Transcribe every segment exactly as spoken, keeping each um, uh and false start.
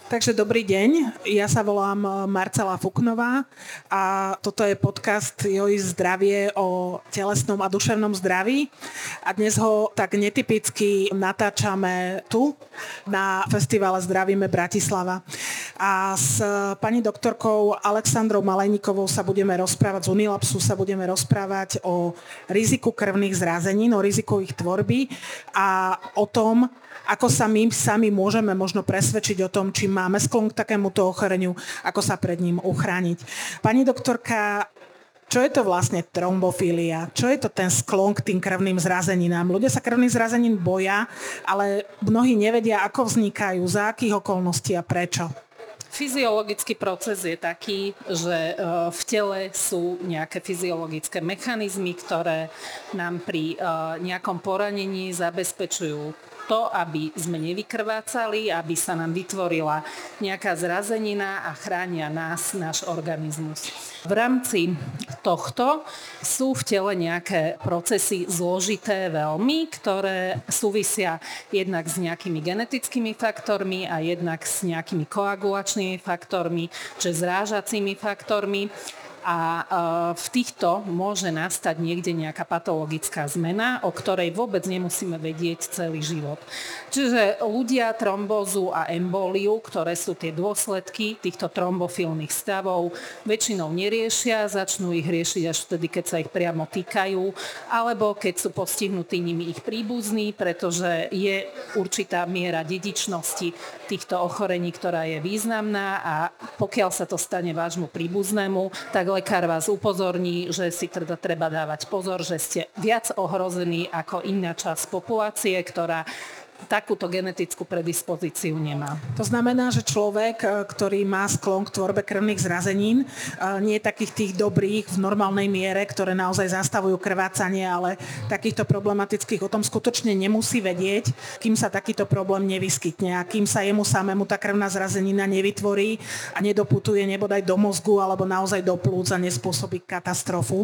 Takže dobrý deň, ja sa volám Marcela Fuknová a toto je podcast Joj zdravie o telesnom a duševnom zdraví a dnes ho tak netypicky natáčame tu na festivale Zdravíme Bratislava. A s pani doktorkou Alexandrou Malejnikovou sa budeme rozprávať, z Unilabsu sa budeme rozprávať o riziku krvných zrazenín, o riziku ich tvorby a o tom, ako sa my sami môžeme možno presvedčiť o tom, či máme sklon k takémuto ochoreniu, ako sa pred ním uchrániť. Pani doktorka, čo je to vlastne trombofília? Čo je to ten sklon k tým krvným zrazeninám? Ľudia sa krvných zrazenín boja, ale mnohí nevedia, ako vznikajú, za akých okolností a prečo. Fyziologický proces je taký, že v tele sú nejaké fyziologické mechanizmy, ktoré nám pri nejakom poranení zabezpečujú to, aby sme nevykrvácali, aby sa nám vytvorila nejaká zrazenina a chránia nás, náš organizmus. V rámci tohto sú v tele nejaké procesy zložité veľmi, ktoré súvisia jednak s nejakými genetickými faktormi a jednak s nejakými koagulačnými faktormi, čiže zrážacími faktormi. A v týchto môže nastať niekde nejaká patologická zmena, o ktorej vôbec nemusíme vedieť celý život. Čiže ľudia trombózu a embóliu, ktoré sú tie dôsledky týchto trombofilných stavov, väčšinou neriešia, začnú ich riešiť až vtedy, keď sa ich priamo týkajú, alebo keď sú postihnutí nimi ich príbuzní, pretože je určitá miera dedičnosti týchto ochorení, ktorá je významná a pokiaľ sa to stane vášmu príbuznému, tak lekár vás upozorní, že si teda treba dávať pozor, že ste viac ohrození ako iná časť populácie, ktorá takúto genetickú predispozíciu nemá. To znamená, že človek, ktorý má sklon k tvorbe krvných zrazenín, nie takých tých dobrých v normálnej miere, ktoré naozaj zastavujú krvácanie, ale takýchto problematických o tom skutočne nemusí vedieť, kým sa takýto problém nevyskytne a kým sa jemu samému tá krvná zrazenina nevytvorí a nedoputuje nebodaj do mozgu alebo naozaj do plúc a nespôsobí katastrofu.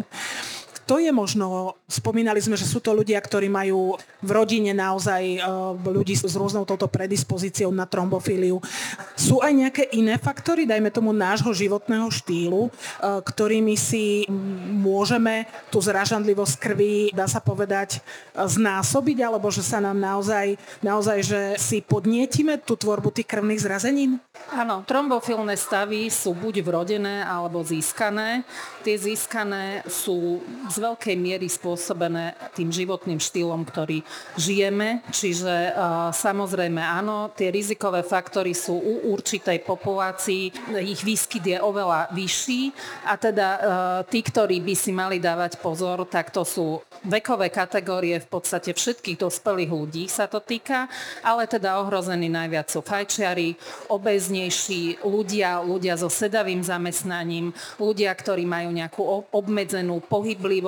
To je možno, spomínali sme, že sú to ľudia, ktorí majú v rodine naozaj ľudí s rôznou touto predispozíciou na trombofíliu. Sú aj nejaké iné faktory, dajme tomu nášho životného štýlu, ktorými si môžeme tú zrážanlivosť krvi, dá sa povedať, znásobiť, alebo že sa nám naozaj, naozaj že si podnietime tú tvorbu tých krvných zrazenín? Áno, trombofilné stavy sú buď vrodené, alebo získané. Tie získané sú z veľkej miery spôsobené tým životným štýlom, ktorý žijeme. Čiže uh, samozrejme áno, tie rizikové faktory sú u určitej populácii, ich výskyt je oveľa vyšší a teda uh, tí, ktorí by si mali dávať pozor, tak to sú vekové kategórie, v podstate všetkých dospelých ľudí sa to týka, ale teda ohrození najviac sú fajčiari, obeznejší ľudia, ľudia so sedavým zamestnaním, ľudia, ktorí majú nejakú obmedzenú pohyblivosť.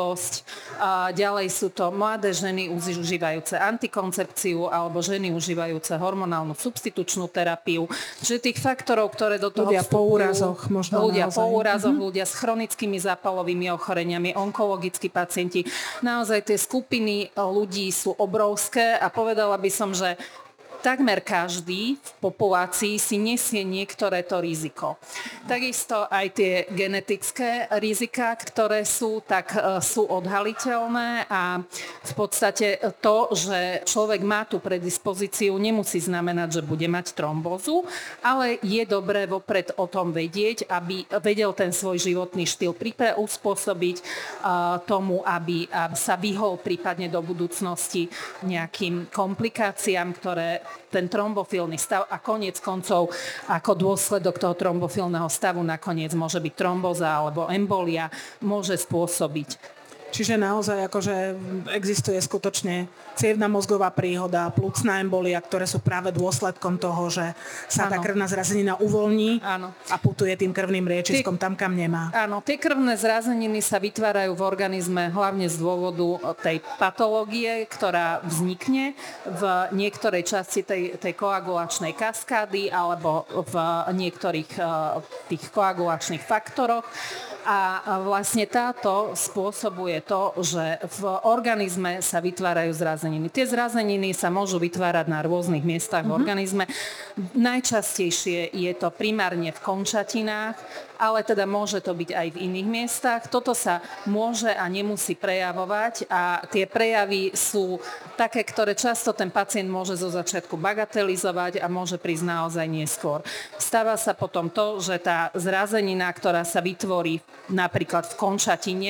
A ďalej sú to mladé ženy užívajúce antikoncepciu alebo ženy užívajúce hormonálnu substitučnú terapiu. Čiže tých faktorov, ktoré do toho ľudia vstupujú, po úrazoch, možno ľudia naozaj. po úrazoch, Mm-hmm. ľudia s chronickými zápalovými ochoreniami, onkologickí pacienti. Naozaj tie skupiny ľudí sú obrovské a povedala by som, že takmer každý v populácii si nesie niektoré to riziko. Takisto aj tie genetické riziká, ktoré sú, tak sú odhaliteľné a v podstate to, že človek má tú predispozíciu, nemusí znamenať, že bude mať trombózu, ale je dobré vopred o tom vedieť, aby vedel ten svoj životný štýl pripraviť, uspôsobiť tomu, aby sa vyhol prípadne do budúcnosti nejakým komplikáciám, ktoré ten trombofilný stav a koniec koncov ako dôsledok toho trombofilného stavu nakoniec môže byť trombóza alebo embolia, môže spôsobiť. Čiže naozaj akože existuje skutočne cievna mozgová príhoda, plúcna embolia, ktoré sú práve dôsledkom toho, že sa tá krvná zrazenina uvoľní Áno. a putuje tým krvným riečiskom Ty, tam, kam nemá. Áno, tie krvné zrazeniny sa vytvárajú v organizme hlavne z dôvodu tej patológie, ktorá vznikne v niektorej časti tej, tej koagulačnej kaskády alebo v niektorých uh, tých koagulačných faktoroch. A vlastne táto spôsobuje to, že v organizme sa vytvárajú zrazeniny. Tie zrazeniny sa môžu vytvárať na rôznych miestach v organizme. Najčastejšie je to primárne v končatinách, ale teda môže to byť aj v iných miestach. Toto sa môže a nemusí prejavovať a tie prejavy sú také, ktoré často ten pacient môže zo začiatku bagatelizovať a môže prísť naozaj neskôr. Stáva sa potom to, že tá zrazenina, ktorá sa vytvorí napríklad v končatine,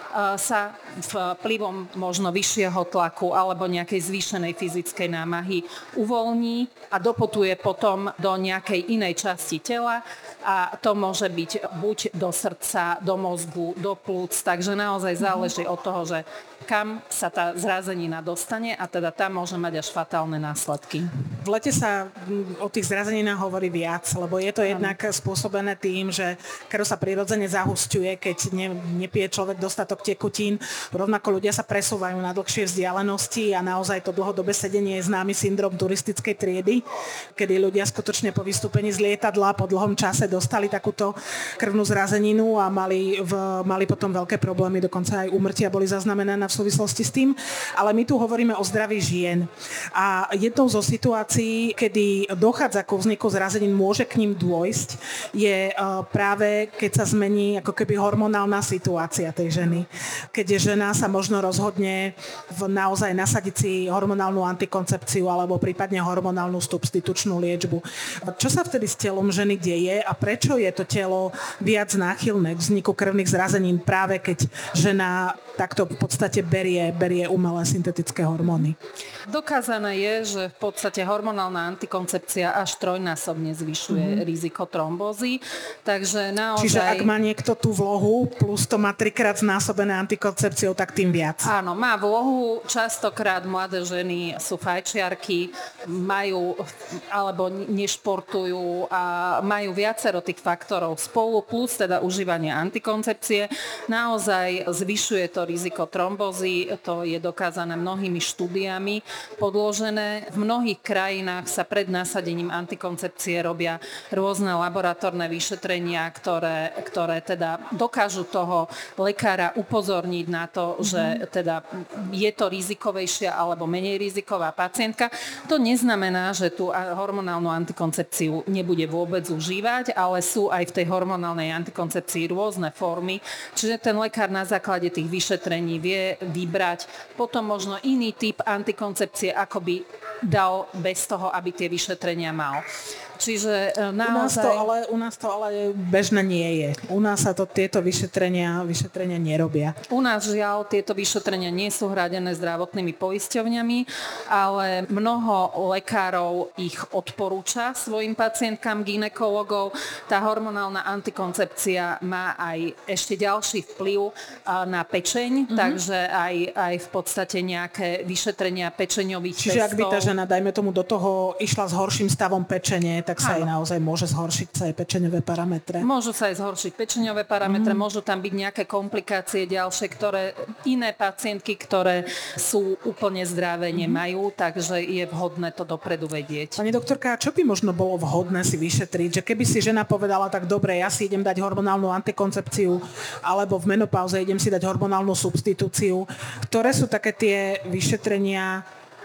sa vplyvom možno vyššieho tlaku alebo nejakej zvýšenej fyzickej námahy uvoľní a doputuje potom do nejakej inej časti tela a to môže byť buď do srdca, do mozgu, do plúc, takže naozaj záleží od toho, že kam sa tá zrazenina dostane a teda tam môže mať až fatálne následky. V lete sa o tých zrazeninách hovorí viac, lebo je to jednak spôsobené tým, že krv sa prirodzene zahusťuje, keď ne, nepije človek dostatok tekutín. Rovnako ľudia sa presúvajú na dlhšie vzdialenosti a naozaj to dlhodobé sedenie je známy syndrom turistickej triedy, kedy ľudia skutočne po vystúpení z lietadla po dlhom čase dostali takúto krvnú zrazeninu a mali, v, mali potom veľké problémy, dokonca aj úmrtia boli zaznamenané v súvislosti s tým. Ale my tu hovoríme o zdraví žien. A jednou zo situácií, kedy dochádza ku vzniku zrazenín, môže k ním dôjsť, je práve keď sa zmení ako keby hormonálna situácia tej ženy. Keď žena sa možno rozhodne v naozaj nasadiť si hormonálnu antikoncepciu alebo prípadne hormonálnu substitučnú liečbu. Čo sa vtedy s telom ženy deje a prečo je to telo viac náchylné k vzniku krvných zrazenín práve keď žena takto v podstate berie, berie umelé syntetické hormóny? Dokázané je, že v podstate hormonálna antikoncepcia až trojnásobne zvyšuje mm-hmm. riziko trombózy. Takže naozaj... Čiže ak má niekto tú vlohu, plus to má trikrát znásobené antikoncepciou, tak tým viac. Áno, má vlohu. Častokrát mladé ženy sú fajčiarky, majú alebo nešportujú a majú viacero tých faktorov spolu, plus teda užívanie antikoncepcie. Naozaj zvyšuje to riziko trombózy, to je dokázané mnohými štúdiami podložené. V mnohých krajinách sa pred nasadením antikoncepcie robia rôzne laboratórne vyšetrenia, ktoré, ktoré teda dokážu toho lekára upozorniť na to, mm-hmm. že teda je to rizikovejšia alebo menej riziková pacientka. To neznamená, že tú hormonálnu antikoncepciu nebude vôbec užívať, ale sú aj v tej hormonálnej antikoncepcii rôzne formy, čiže ten lekár na základe tých vyšetrení vie vybrať potom možno iný typ antikoncepcie, ako by dal bez toho, aby tie vyšetrenia mal. Čiže naozaj... U nás to ale, u nás to ale bežné nie je. U nás sa to tieto vyšetrenia, vyšetrenia nerobia. U nás žiaľ tieto vyšetrenia nie sú hradené zdravotnými poisťovňami, ale mnoho lekárov ich odporúča svojim pacientkám, gynekologov. Tá hormonálna antikoncepcia má aj ešte ďalší vplyv na pečeň, mm-hmm. takže aj, aj v podstate nejaké vyšetrenia pečeňových Čiže testov. Čiže ak by tá žena, dajme tomu, do toho išla s horším stavom pečene, tak sa aj naozaj môže zhoršiť sa aj pečeňové parametre. Môžu sa aj zhoršiť pečeňové parametre, mm. môžu tam byť nejaké komplikácie ďalšie, ktoré iné pacientky, ktoré sú úplne zdravé, nemajú, takže je vhodné to dopredu vedieť. Pani doktorka, čo by možno bolo vhodné si vyšetriť? Že keby si žena povedala, tak dobre, ja si idem dať hormonálnu antikoncepciu, alebo v menopauze idem si dať hormonálnu substitúciu. Ktoré sú také tie vyšetrenia,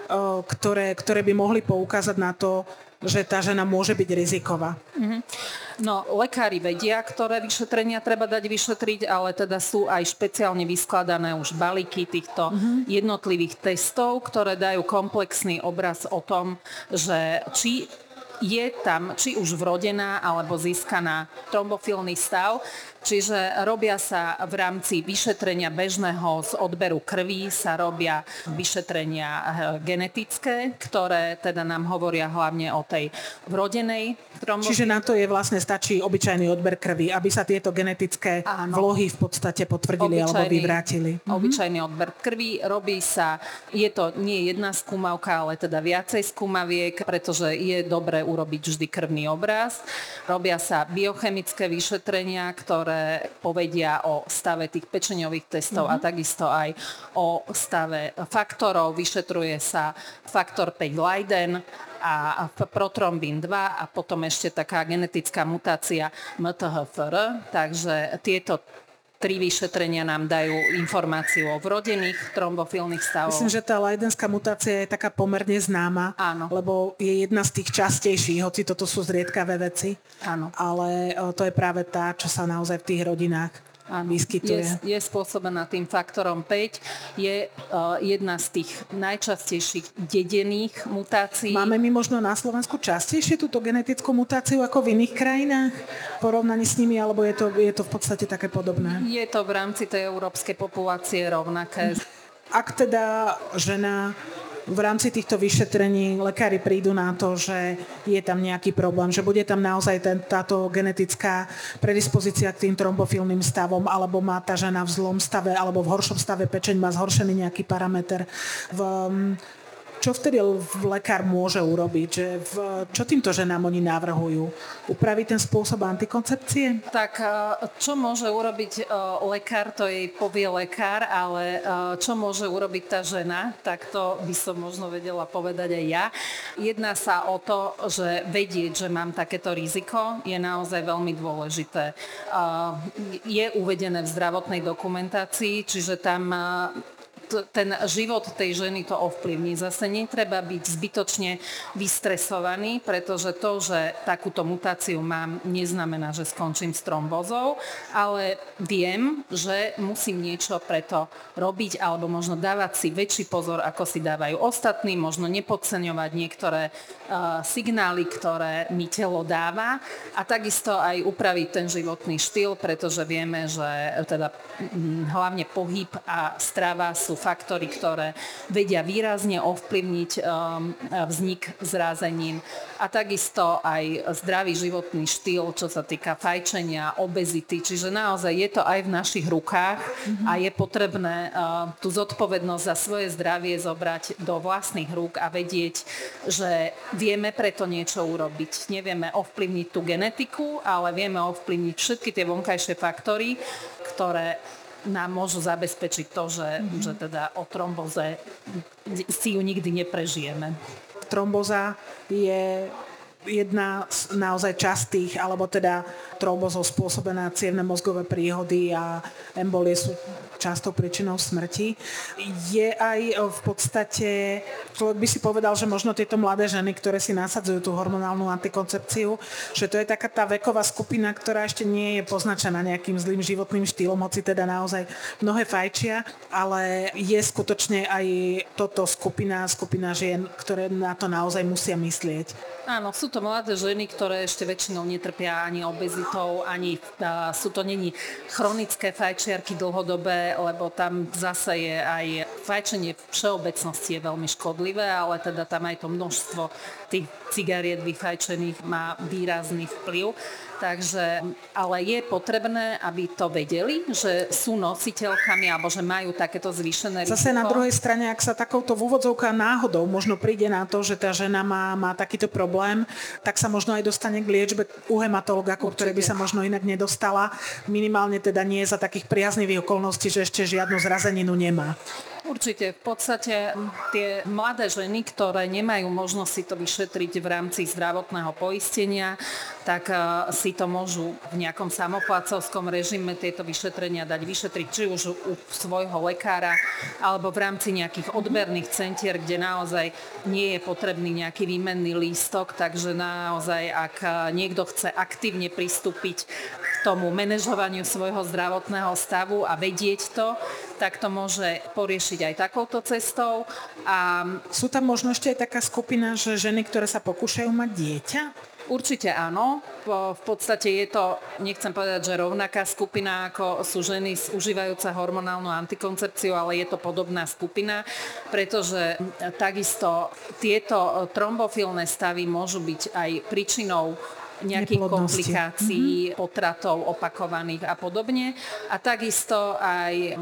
ktoré, ktoré by mohli poukázať na to, že tá žena môže byť riziková? Mm-hmm. No, lekári vedia, ktoré vyšetrenia treba dať vyšetriť, ale teda sú aj špeciálne vyskladané už balíky týchto mm-hmm. jednotlivých testov, ktoré dajú komplexný obraz o tom, že či je tam či už vrodená alebo získaná trombofilný stav. Čiže robia sa v rámci vyšetrenia bežného z odberu krví, sa robia vyšetrenia genetické, ktoré teda nám hovoria hlavne o tej vrodenej trombofilii. Čiže na to je vlastne stačí obyčajný odber krvi, aby sa tieto genetické Áno. vlohy v podstate potvrdili obyčajný, alebo vyvrátili. Obyčajný mhm. odber krvi robí sa, je to nie jedna skúmavka, ale teda viacej skúmaviek, pretože je dobré urobiť vždy krvný obraz. Robia sa biochemické vyšetrenia, ktoré povedia o stave tých pečeňových testov mm-hmm. a takisto aj o stave faktorov. Vyšetruje sa faktor päť Leiden a protrombín dva a potom ešte taká genetická mutácia em té há ef er. Takže tieto tri vyšetrenia nám dajú informáciu o vrodených trombofilných stavoch. Myslím, že tá Leidenská mutácia je taká pomerne známa, Áno. lebo je jedna z tých častejších, hoci toto sú zriedkavé veci. Áno. Ale to je práve tá, čo sa naozaj v tých rodinách Áno, vyskytuje. Je, je spôsobená tým faktorom päť. Je uh, jedna z tých najčastejších dedených mutácií. Máme my možno na Slovensku častejšie túto genetickú mutáciu ako v iných krajinách v porovnaní s nimi, alebo je to, je to v podstate také podobné? Je to v rámci tej európskej populácie rovnaké. Ak teda žena v rámci týchto vyšetrení lekári prídu na to, že je tam nejaký problém, že bude tam naozaj ten, táto genetická predispozícia k tým trombofilným stavom, alebo má tá žena v zlom stave, alebo v horšom stave pečeň má zhoršený nejaký parameter. V, čo vtedy lekár môže urobiť? Že v, čo týmto ženám oni navrhujú? Upraviť ten spôsob antikoncepcie? Tak čo môže urobiť lekár, to jej povie lekár, ale čo môže urobiť tá žena, tak to by som možno vedela povedať aj ja. Jedná sa o to, že vedieť, že mám takéto riziko, je naozaj veľmi dôležité. Je uvedené v zdravotnej dokumentácii, čiže tam ten život tej ženy to ovplyvní. Zase netreba byť zbytočne vystresovaný, pretože to, že takúto mutáciu mám, neznamená, že skončím s trombózou, ale viem, že musím niečo preto robiť alebo možno dávať si väčší pozor, ako si dávajú ostatní, možno nepodceňovať niektoré uh, signály, ktoré mi telo dáva a takisto aj upraviť ten životný štýl, pretože vieme, že teda hm, hlavne pohyb a strava sú faktory, ktoré vedia výrazne ovplyvniť um, vznik zrázenín a takisto aj zdravý životný štýl, čo sa týka fajčenia, obezity, čiže naozaj je to aj v našich rukách mm-hmm. a je potrebné uh, tú zodpovednosť za svoje zdravie zobrať do vlastných rúk a vedieť, že vieme preto niečo urobiť. Nevieme ovplyvniť tú genetiku, ale vieme ovplyvniť všetky tie vonkajšie faktory, ktoré nám môžu zabezpečiť to, že, mm-hmm. že teda o tromboze si ju nikdy neprežijeme. Tromboza je jedna z naozaj častých, alebo teda trombozou spôsobená cievne mozgové príhody a embolie sú častou príčinou smrti. Je aj v podstate, človek by si povedal, že možno tieto mladé ženy, ktoré si nasadzujú tú hormonálnu antikoncepciu, že to je taká tá veková skupina, ktorá ešte nie je poznačená nejakým zlým životným štýlom, hoci teda naozaj mnohé fajčia, ale je skutočne aj toto skupina, skupina žien, ktoré na to naozaj musia myslieť. Áno, sú to mladé ženy, ktoré ešte väčšinou netrpia ani obezitou, ani uh, sú to není chronické fajčiarky dlhodobé, lebo tam zase je aj fajčenie v všeobecnosti je veľmi škodlivé, ale teda tam aj to množstvo tých cigariet vyfajčených má výrazný vplyv. Takže, ale je potrebné, aby to vedeli, že sú nositeľkami alebo že majú takéto zvýšené riziko. Zase na druhej strane, ak sa takouto v úvodzovkách náhodou možno príde na to, že tá žena má, má takýto problém, tak sa možno aj dostane k liečbe u hematologa, ku ktorej by sa možno inak nedostala. Minimálne teda nie za takých priaznivých okolností, že ešte žiadnu zrazeninu nemá. Určite. V podstate tie mladé ženy, ktoré nemajú možnosť si to vyšetriť v rámci zdravotného poistenia, tak si to môžu v nejakom samoplácovskom režime tieto vyšetrenia dať vyšetriť, či už u svojho lekára, alebo v rámci nejakých odberných centier, kde naozaj nie je potrebný nejaký výmenný lístok, takže naozaj, ak niekto chce aktívne pristúpiť k tomu manažovaniu svojho zdravotného stavu a vedieť to, tak to môže poriešiť aj takouto cestou. A sú tam možno ešte aj taká skupina, že ženy, ktoré sa pokúšajú mať dieťa? Určite áno. V podstate je to, nechcem povedať, že rovnaká skupina, ako sú ženy užívajúce hormonálnu antikoncepciu, ale je to podobná skupina, pretože takisto tieto trombofilné stavy môžu byť aj príčinou nejakých komplikácií, mm-hmm. potratov opakovaných a podobne. A takisto aj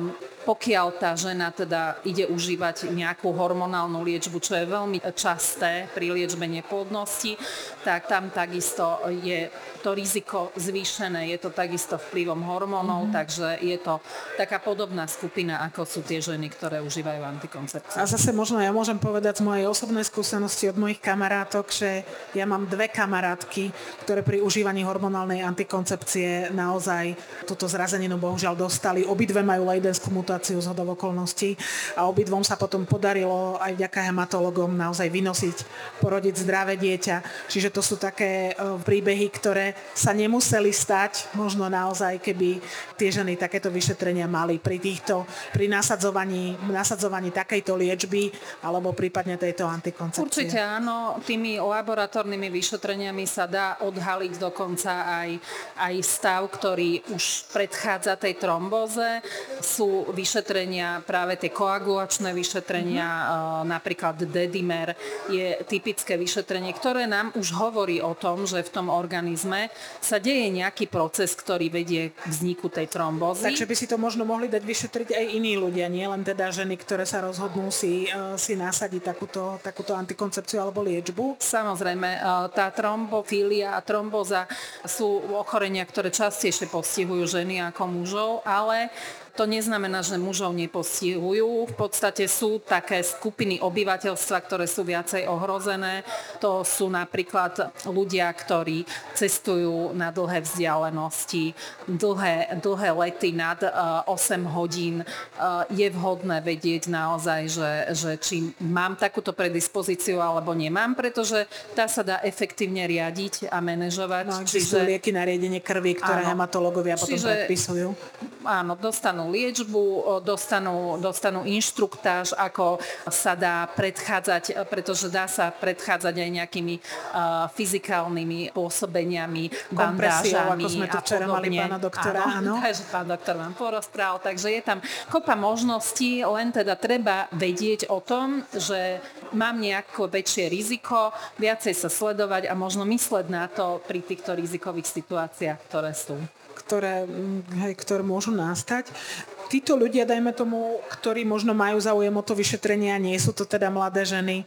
pokiaľ tá žena teda ide užívať nejakú hormonálnu liečbu, čo je veľmi časté pri liečbe neplodnosti, tak tam takisto je to riziko zvýšené, je to takisto vplyvom hormónov, mm-hmm. takže je to taká podobná skupina, ako sú tie ženy, ktoré užívajú antikoncepciu. A zase možno ja môžem povedať z mojej osobnej skúsenosti od mojich kamarátok, že ja mám dve kamarátky, ktoré pri užívaní hormonálnej antikoncepcie naozaj túto zrazeninu bohužiaľ dostali. Obidve majú leidenskú mutáciu zhodou okolností a obidvom sa potom podarilo aj vďaka hematologom naozaj vynosiť, porodiť zdravé dieťa. Čiže to sú také príbehy, ktoré sa nemuseli stať, možno naozaj, keby tie ženy takéto vyšetrenia mali pri týchto, pri nasadzovaní, nasadzovaní takejto liečby alebo prípadne tejto antikoncepcie. Určite áno, tými laboratórnymi vyšetreniami sa dá odhaliť dokonca aj, aj stav, ktorý už predchádza tej trombóze. Sú vyšetrenia, práve tie koagulačné vyšetrenia, mm-hmm. napríklad D-dimer je typické vyšetrenie, ktoré nám už hovorí o tom, že v tom organizme sa deje nejaký proces, ktorý vedie k vzniku tej trombózy. Takže by si to možno mohli dať vyšetriť aj iní ľudia, nie len teda ženy, ktoré sa rozhodnú si, uh, si nasadiť takúto, takúto antikoncepciu alebo liečbu? Samozrejme, uh, tá trombofília a trombóza sú ochorenia, ktoré častejšie postihujú ženy ako mužov, ale to neznamená, že mužov nepostihujú. V podstate sú také skupiny obyvateľstva, ktoré sú viacej ohrozené. To sú napríklad ľudia, ktorí cestujú na dlhé vzdialenosti, dlhé, dlhé lety nad uh, osem hodín. Uh, je vhodné vedieť naozaj, že, že či mám takúto predispozíciu alebo nemám, pretože tá sa dá efektívne riadiť a manažovať. No, existujú lieky na riedenie krvi, ktoré áno, hematológovia potom čiže, predpisujú. Áno, dostanú liečbu, dostanú, dostanú inštruktáž, ako sa dá predchádzať, pretože dá sa predchádzať aj nejakými uh, fyzikálnymi pôsobeniami, bandážami ako sme tu včera mali pána doktora. Áno, áno. Takže pán doktor vám porozprával, takže je tam kopa možností, len teda treba vedieť o tom, že mám nejaké väčšie riziko, viacej sa sledovať a možno mysleť na to pri týchto rizikových situáciách, ktoré sú. Ktoré, hej, ktoré môžu nastať. Títo ľudia, dajme tomu, ktorí možno majú záujem o to vyšetrenie a nie sú to teda mladé ženy,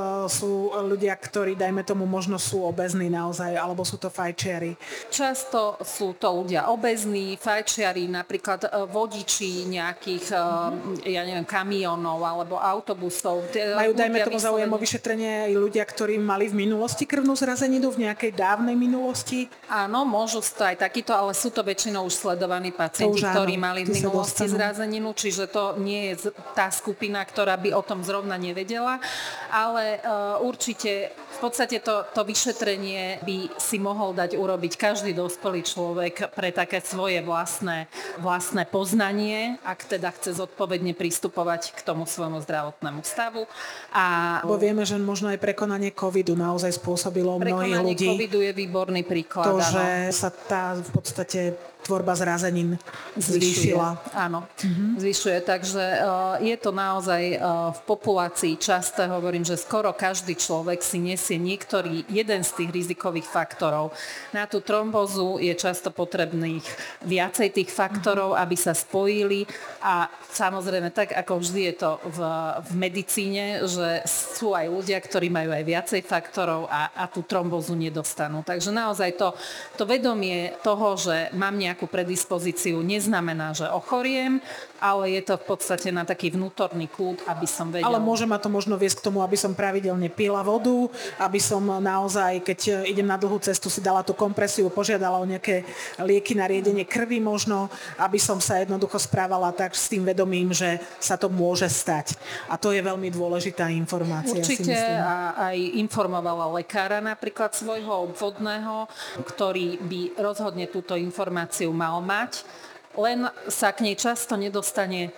sú ľudia, ktorí, dajme tomu, možno sú obezní naozaj, alebo sú to fajčiari. Často sú to ľudia obezní, fajčiari, napríklad vodiči nejakých, mm-hmm. ja neviem, kamionov alebo autobusov. Majú, dajme tomu, záujem o vyšetrenie aj ľudia, ktorí mali v minulosti krvnú zrazeninu, v nejakej dávnej minulosti? Áno, môžu to aj takýto, ale sú to väčšinou už sledovaní pacienti, už, ktorí áno, mali v minulosti zrazeninu, čiže to nie je tá skupina, ktorá by o tom zrovna nevedela, ale uh, určite v podstate to, to vyšetrenie by si mohol dať urobiť každý dospelý človek pre také svoje vlastné, vlastné poznanie, ak teda chce zodpovedne pristupovať k tomu svojmu zdravotnému stavu. A Bo vieme, že možno aj prekonanie covidu naozaj spôsobilo mnohých ľudí. Prekonanie covidu je výborný príklad. To, že sa tá v podstate tvorba zrazenín zvýšila. Áno, mm-hmm. zvyšuje. Takže uh, je to naozaj uh, v populácii časté, hovorím, že skoro každý človek si nesie niektorý, jeden z tých rizikových faktorov. Na tú trombózu je často potrebných viacej tých faktorov, mm-hmm. aby sa spojili a samozrejme, tak ako vždy je to v, v medicíne, že sú aj ľudia, ktorí majú aj viacej faktorov a, a tú trombózu nedostanú. Takže naozaj to, to vedomie toho, že mám nejakú nejakú predispozíciu, neznamená, že ochoriem, ale je to v podstate na taký vnútorný kľud, aby som vedel. Ale môže ma to možno viesť k tomu, aby som pravidelne pila vodu, aby som naozaj, keď idem na dlhú cestu, si dala tú kompresiu, požiadala o nejaké lieky na riedenie krvi možno, aby som sa jednoducho správala tak s tým vedomím, že sa to môže stať. A to je veľmi dôležitá informácia. Určite a aj informovala lekára napríklad svojho obvodného, ktorý by rozhodne túto informáciu mal mať, len sa k nej často nedostane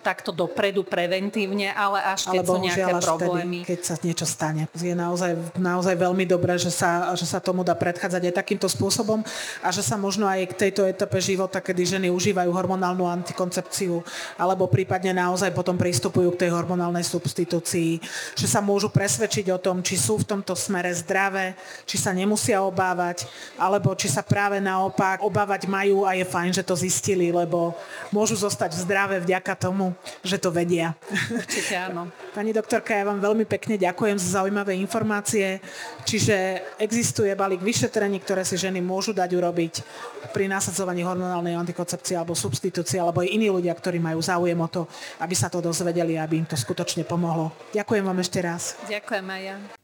takto dopredu preventívne, ale až keď ale sú nejaké bohužiaľ až problémy. Vtedy, keď sa niečo stane. Je naozaj, naozaj veľmi dobré, že sa, že sa tomu dá predchádzať aj takýmto spôsobom a že sa možno aj k tejto etape života, kedy ženy užívajú hormonálnu antikoncepciu alebo prípadne naozaj potom pristupujú k tej hormonálnej substitúcii, že sa môžu presvedčiť o tom, či sú v tomto smere zdravé, či sa nemusia obávať, alebo či sa práve naopak obávať majú a je fajn, že to zistili, lebo môžu zostať zdravé vďaka tomu, že to vedia. Určite áno. Pani doktorka, ja vám veľmi pekne ďakujem za zaujímavé informácie. Čiže existuje balík vyšetrení, ktoré si ženy môžu dať urobiť pri nasadzovaní hormonálnej antikoncepcie alebo substitúcie, alebo aj iní ľudia, ktorí majú záujem o to, aby sa to dozvedeli, aby im to skutočne pomohlo. Ďakujem vám ešte raz. Ďakujem aj ja.